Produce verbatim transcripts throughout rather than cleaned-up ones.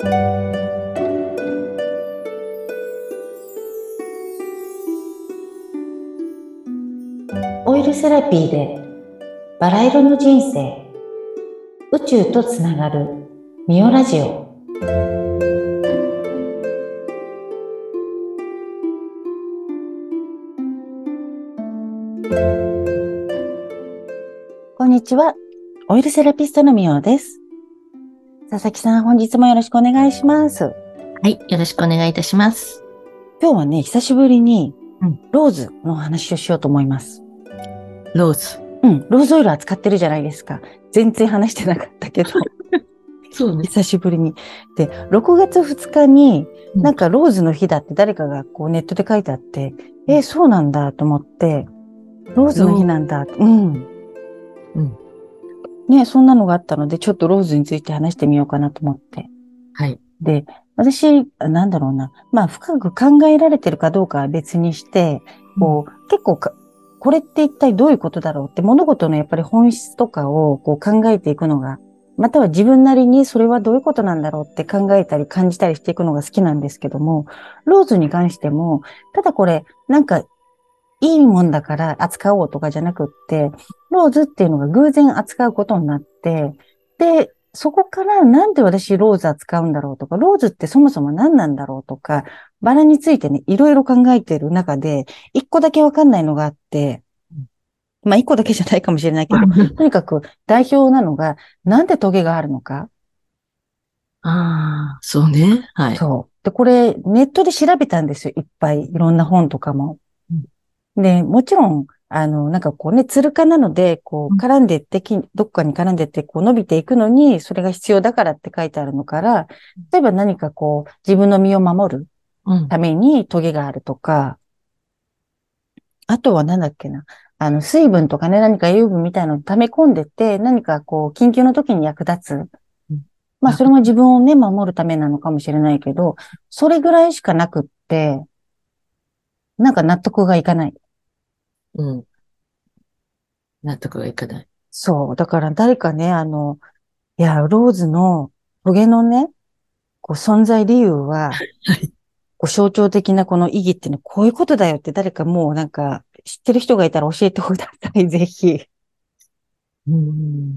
オイルセラピーでバラ色の人生、宇宙とつながるミオラジオ。こんにちは、オイルセラピストのミオです。佐々木さん、本日もよろしくお願いします。 はい、よろしくお願いいたします。 今日はね、久しぶりにうん、 ローズの話をしようと思います。 ローズ。 うん、ローズオイル扱ってるじゃないですか。全然話してなかったけど、 そうね。 久しぶりに。で、ろくがつふつかに、 うん、 なんかローズの日だって誰かがこうネットで書いてあって、えー、そうなんだと思って、ローズの日ロなんだ。うん。 ー、うん、 ね、そんなのがあったので、ちょっとローズについて話してみようかなと思って。 はい。 で、私、なんだろうな。まあ、深く考えられてるかどうかは別にして、 うん、 こう、結構か、これって一体どういうことだろうって、物事のやっぱり本質とかをこう考えていくのが、または自分なりにそれはどういうことなんだろうって考えたり感じたりしていくのが好きなんですけども、ローズに関しても、ただこれ、なんかいいもんだから扱おうとかじゃなくって、ローズっていうのが偶然扱うことになって、で、そこからなんで私ローズ扱うんだろうとか、ローズってそもそも何なんだろうとか、バラについてね、いろいろ考えている中で、一個だけわかんないのがあって、まあ一個だけじゃないかもしれないけど、とにかく代表なのが、なんでトゲがあるのか。 ああ、そうね。はい。 そう。で、これネットで調べたんですよ。いっぱい。いろんな本とかも。 うん、 で、もちろん、あの、なんかこうね、つる化なので、こう、絡んでってき、どっかに絡んでって、こう、伸びていくのに、それが必要だからって書いてあるのから、例えば何かこう、自分の身を守るうん、 ためにトゲがあるとか、あとはなんだっけな、あの、水分とかね、何か栄養分みたいなのを溜め込んでて、何かこう、緊急の時に役立つ。 うん。 まあ、 あ、 それも自分をね、守るためなのかもしれないけど、それぐらいしかなくって、なんか納得がいかない。 うん。納得がいかない。 そう。だから誰かね、あの、いや、ローズのトゲのね、こう存在理由は、 はい。 こう象徴的なこの意義っていうのはこういうことだよって誰かもうなんか知ってる人がいたら教えてください、ぜひ。 うん。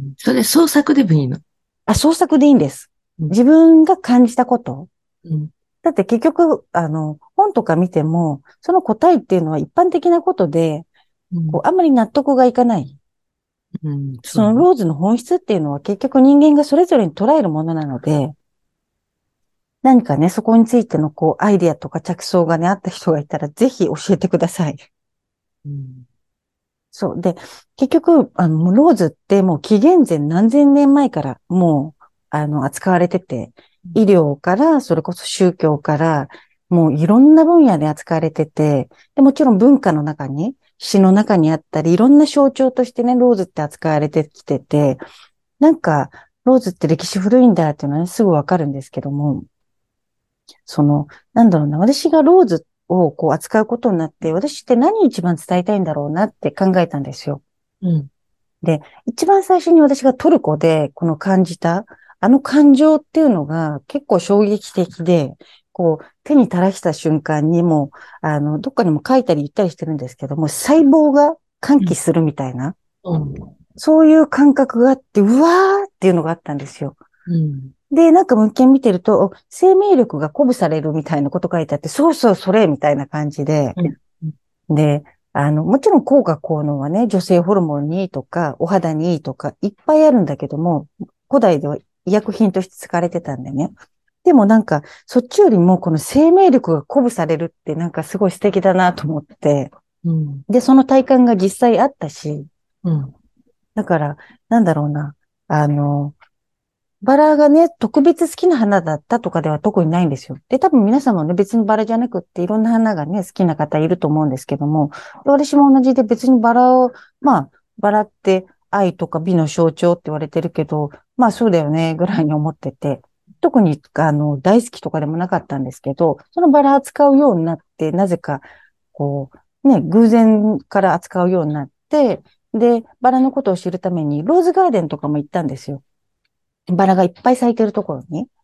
それ創作でもいいの？ あ、創作でいいんです。 うん、 自分が感じたこと。 うん、 だって結局、あの、本とか見ても、その答えっていうのは一般的なことで、 うん、 こう、あんまり納得がいかない。 うん、そそのうね。 ローズの本質っていうのは結局人間がそれぞれに捉えるものなので、何かね、そこについてのこう、アイディアとか着想がね、あった人がいたら、ぜひ教えてください。 うん、 そう。で、結局、あの、もうローズってもう紀元前何千年前からもう、あの、扱われてて、医療から、それこそ宗教から、もういろんな分野で扱われてて、で、もちろん文化の中に、詩の中にあったり、いろんな象徴としてね、ローズって扱われてきてて、なんか、ローズって歴史古いんだっていうのはね、すぐわかるんですけども、その、なんだろうな、私がローズをこう扱うことになって、私って何を一番伝えたいんだろうなって考えたんですよ。 うん、 で、一番最初に私がトルコでこの感じた、あの感情っていうのが結構衝撃的で、こう、手に垂らした瞬間にもう、あの、どっかにも書いたり言ったりしてるんですけども、細胞が歓うん、 喜するみたいな、 うん、 そういう感覚があって、うわーっていうのがあったんですよ。 うん、 で、なんか文献見てると、お生命力が鼓舞されるみたいなこと書いてあって、そうそう、それみたいな感じで、 うん、 で、あの、もちろん効果効能はね、女性ホルモンにいいとか、お肌にいいとか、いっぱいあるんだけども、古代では医薬品として使われてたんでね。でもなんか、そっちよりもこの生命力が鼓舞されるってなんかすごい素敵だなと思って、 うん、 で、その体感が実際あったし、 うん、 だから、なんだろうな、あの、バラがね、特別好きな花だったとかでは特にないんですよ。で、多分皆さんもね、別にバラじゃなくっていろんな花がね、好きな方いると思うんですけども、で私も同じで別にバラを、まあ、バラって愛とか美の象徴って言われてるけど、まあそうだよね、ぐらいに思ってて、特に、あの、大好きとかでもなかったんですけど、そのバラ扱うようになって、なぜか、こう、ね、偶然から扱うようになって、で、バラのことを知るために、ローズガーデンとかも行ったんですよ。バラがいっぱい咲いてるところに。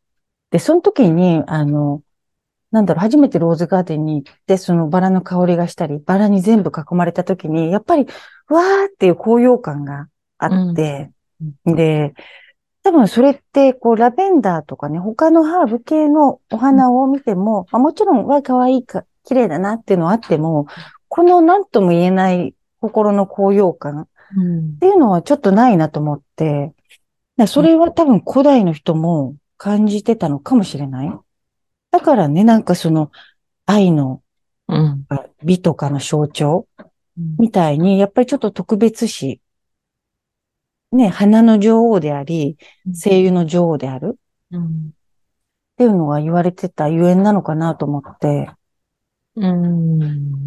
で、その時に、あの、なんだろう、初めてローズガーデンに行って、そのバラの香りがしたり、バラに全部囲まれた時に、やっぱり、わーっていう高揚感があっうん。 て、で、多分それって、こう、ラベンダーとかね、他のハーブ系のお花を見ても、まあ、もちろん、わ、可愛いか、綺麗だなっていうのはあっても、この何とも言えない心の高揚感っうん。 ていうのはちょっとないなと思って、だそうん。 れは多分古代の人も感じてたのかもしれない。だからね、なんかその愛のうん。 美とかの象徴うん。 みたいに、やっぱりちょっと特別視、ね、花の女王であり、声優の女王であるうん。 っていうのが言われてたゆえんなのかなと思って。 うん。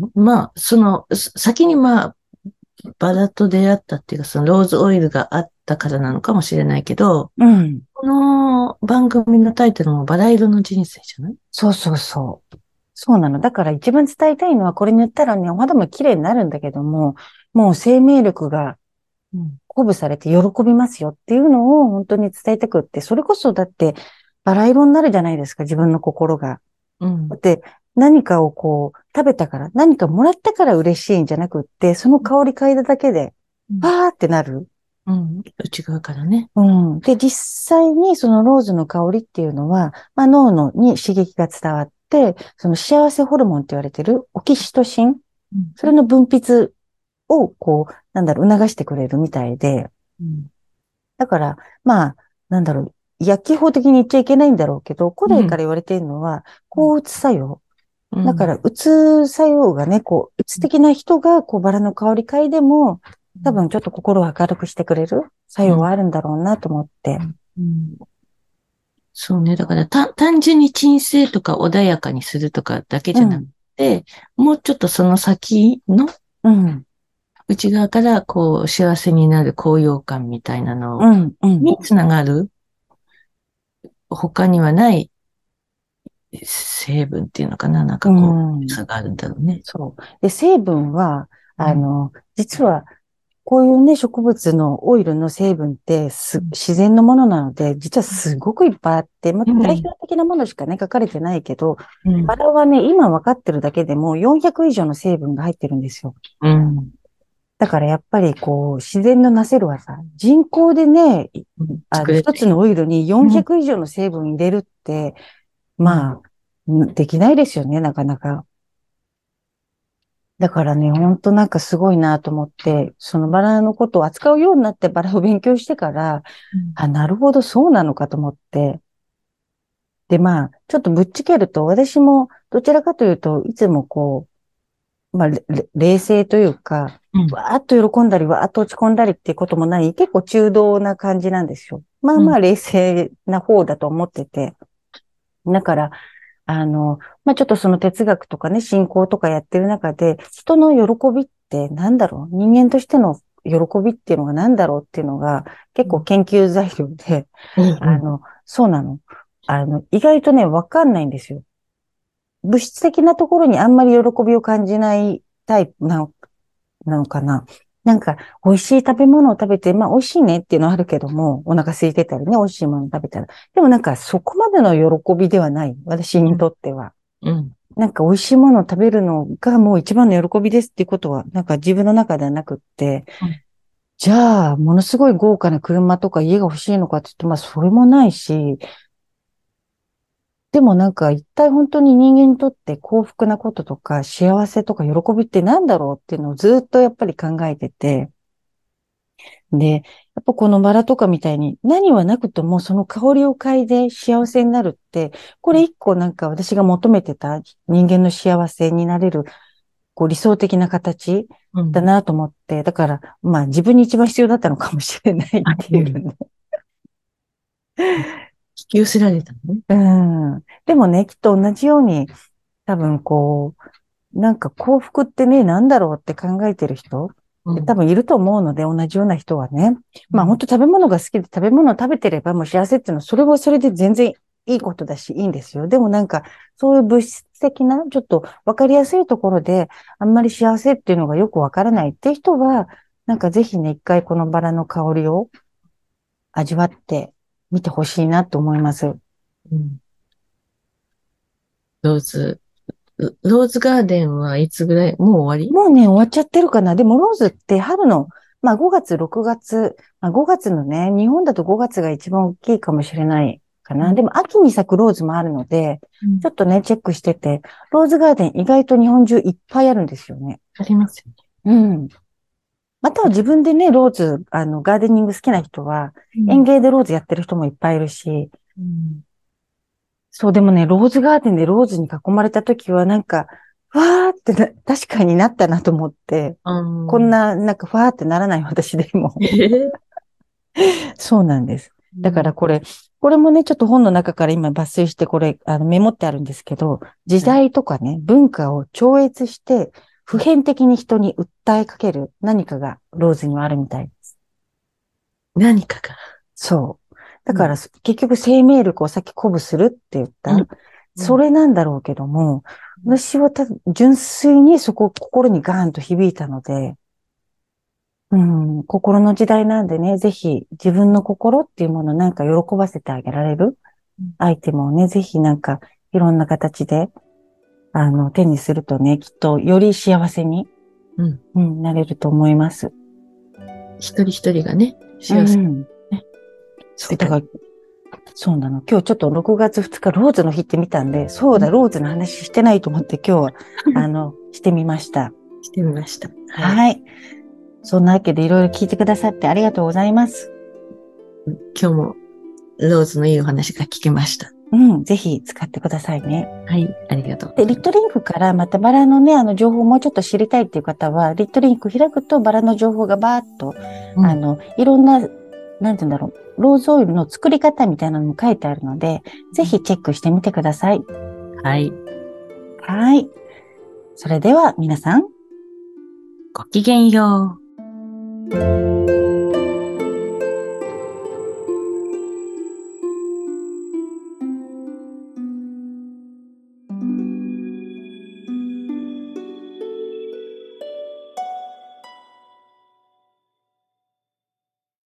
まあ、その、す先にまあ、バラと出会ったっていうか、そのローズオイルがあったからなのかもしれないけど、 うん。 この番組のタイトルもバラ色の人生じゃない？ そうそうそう。そうなの。だから一番伝えたいのは、これ塗ったらね、お肌も綺麗になるんだけども、もう生命力がうん。 鼓舞されて喜びますよっていうのを本当に伝えたくって、それこそだってバラ色になるじゃないですか、自分の心が。 うん。 だって何かをこう食べたから、何かもらったから嬉しいんじゃなくって、その香り嗅いだだけで、 うん。 あーってなる。 うん。内側からね。 うん。で、実際にそのローズの香りっていうのは、まあ、脳のに刺激が伝わって、その幸せホルモンって言われてるオキシトシン、 うん。 それの分泌をこう、なんだろう、促してくれるみたいで、 うん。 だから、まあ、なんだろう、薬機法的に言っちゃいけないんだろうけど、古うん。 代から言われているのは、抗うつ作用。 うん。 だから、うつ作用がね、こう、うつ的な人が、こう、バラの香り嗅いでも、多分ちょっと心を明るくしてくれる作用はあるんだろうなと思って。 うん。そうね。だからた、単純に鎮静とか穏やかにするとかだけじゃなくうん、 て、もうちょっとその先のうん、 内側からこう幸せになる高揚感みたいなのうん、うん、 につながる他にはない成分っていうのかな。なんうかこう、 ん。 差があるんだろうね。 そう。で、成分は、 うん。 あの、実は、こういうね、植物のオイルの成分ってす自然のものなので、実はすごくいっぱいあって、まあ、 うん。 代表的なものしかね、書かれてないけど、 うん。 バラはね、今分かってるだけでもよんひゃく以上の成分が入ってるんですよ。 うん。 だからやっぱりこう、自然のなせる技。人工でね、いうん。 あの、 作れない。 一つのオイルにうん。 よんひゃく以上の成分入れるって、 うん。 まあ、できないですよね、なかなか。だからね、ほんとなんかすごいなと思って、そのバラのことを扱うようになってバラを勉強してから、 うん。 あ、なるほど、そうなのかと思って。で、まあ、ちょっとぶっちけると、私もどちらかというといつもこう、まあ、れれ冷静というか、 うん。 わーっと喜んだり、わーっと落ち込んだりっていうこともない、結構中道な感じなんですよ。まあうん。 まあ冷静な方だと思ってて。だから、あの、まあ、ちょっとその哲学とかね、信仰とかやってる中で、人の喜びってなんだろう、人間としての喜びっていうのが何だろうっていうのが結構研究材料で、 うん。 あの、そうなの。あの、意外とね、わかんないんですよ。物質的なところにあんまり喜びを感じないタイプなの、なのかな。なんか、美味しい食べ物を食べて、まあ、美味しいねっていうのはあるけども、お腹空いてたりね、美味しいものを食べたら。でもなんか、そこまでの喜びではない。私にとっては。 うん。 なんか美味しいものを食べるのがもう一番の喜びですっていうことは、なんか自分の中ではなくって、 うん。 じゃあ、ものすごい豪華な車とか家が欲しいのかって言うと、まあ、それもないし、でもなんか一体本当に人間にとって幸福なこととか幸せとか喜びって何だろうっていうのをずっとやっぱり考えてて、で、やっぱこのバラとかみたいに何はなくともその香りを嗅いで幸せになるって、これ一個なんか私が求めてた人間の幸せになれるこう理想的な形うん。 だなと思って、だからまあ自分に一番必要だったのかもしれないっあ、うん。 ていうね。 引き寄せられたのね。 うん。でもね、きっと同じように多分こう、なんか幸福ってね、なんだろうって考えてる人うん。 多分いると思うので、同じような人はね。 うん。 まあ本当食べ物が好きで食べ物を食べてればもう幸せっていうのは、それはそれで全然いいことだし、いいんですよ。でもなんか、そういう物質的な、ちょっとわかりやすいところで、あんまり幸せっていうのがよくわからないっていう人は、なんかぜひね、一回このバラの香りを味わってみてほしいなと思います。 うん。 ローズ、ローズガーデンはいつぐらい、もう終わり？ もうね、終わっちゃってるかな。でもローズって春の、まあごがつ、ろくがつ、まあごがつのね、日本だとごがつが一番大きいかもしれないかな。 うんでも秋に咲くローズもあるので、 うんちょっとね、チェックしてて、ローズガーデン意外と日本中いっぱいあるんですよね。 ありますよね。 うん。または自分でね、ローズ、あの、ガーデニング好きな人は、 うん園芸でローズやってる人もいっぱいいるし、 うんそう、でもね、ローズガーデンでローズに囲まれた時はなんか、わーってな、確かになったなと思って、 あーこんな、なんか、ふわーってならない私でも。 えーそうなんです。だかうんらこれ、これもね、ちょっと本の中から今抜粋してこれ、あの、メモってあるんですけど、時代とかね、文化を超越して、普遍的に人に訴えかける何かがローズにはあるみたいです。 何かが。 そう。だうんから、結局生命力をさっき鼓舞するって言っうんた。それなんだろうけども、私はた純粋にそこ、心にガーンと響いたので、うん、心の時代なんでね、ぜひ自分の心っていうものをなんか喜ばせてあげられるアイテムをね、ぜひなんかいろんな形で、あの、手にするとね、きっとより幸せに、 うんうん、なれると思います。 一人一人がね、 う幸せにん。そう、 世界。 だから、そうなの。今日ちょっとろくがつふつかローズの日って見たんで、そうだ、ローズの話してないと思って今日は、あの、してみました。 してみました。はい。 はい。そんなわけでいろいろ聞いてくださってありがとうございます。 今日もローズのいいお話が聞けました。 うん、ぜひ使ってくださいね。 はい、ありがとう。 で、リットリンクからまたバラのね、あの情報をもうちょっと知りたいっていう方は、リットリンク開くとバラの情報がバーッと、 うんあの、いろんな、なんて言うんだろう、ローズオイルの作り方みたいなのも書いてあるので、ぜひチェックしてみてください。 はい。 はい。それでは皆さん、 ごきげんよう。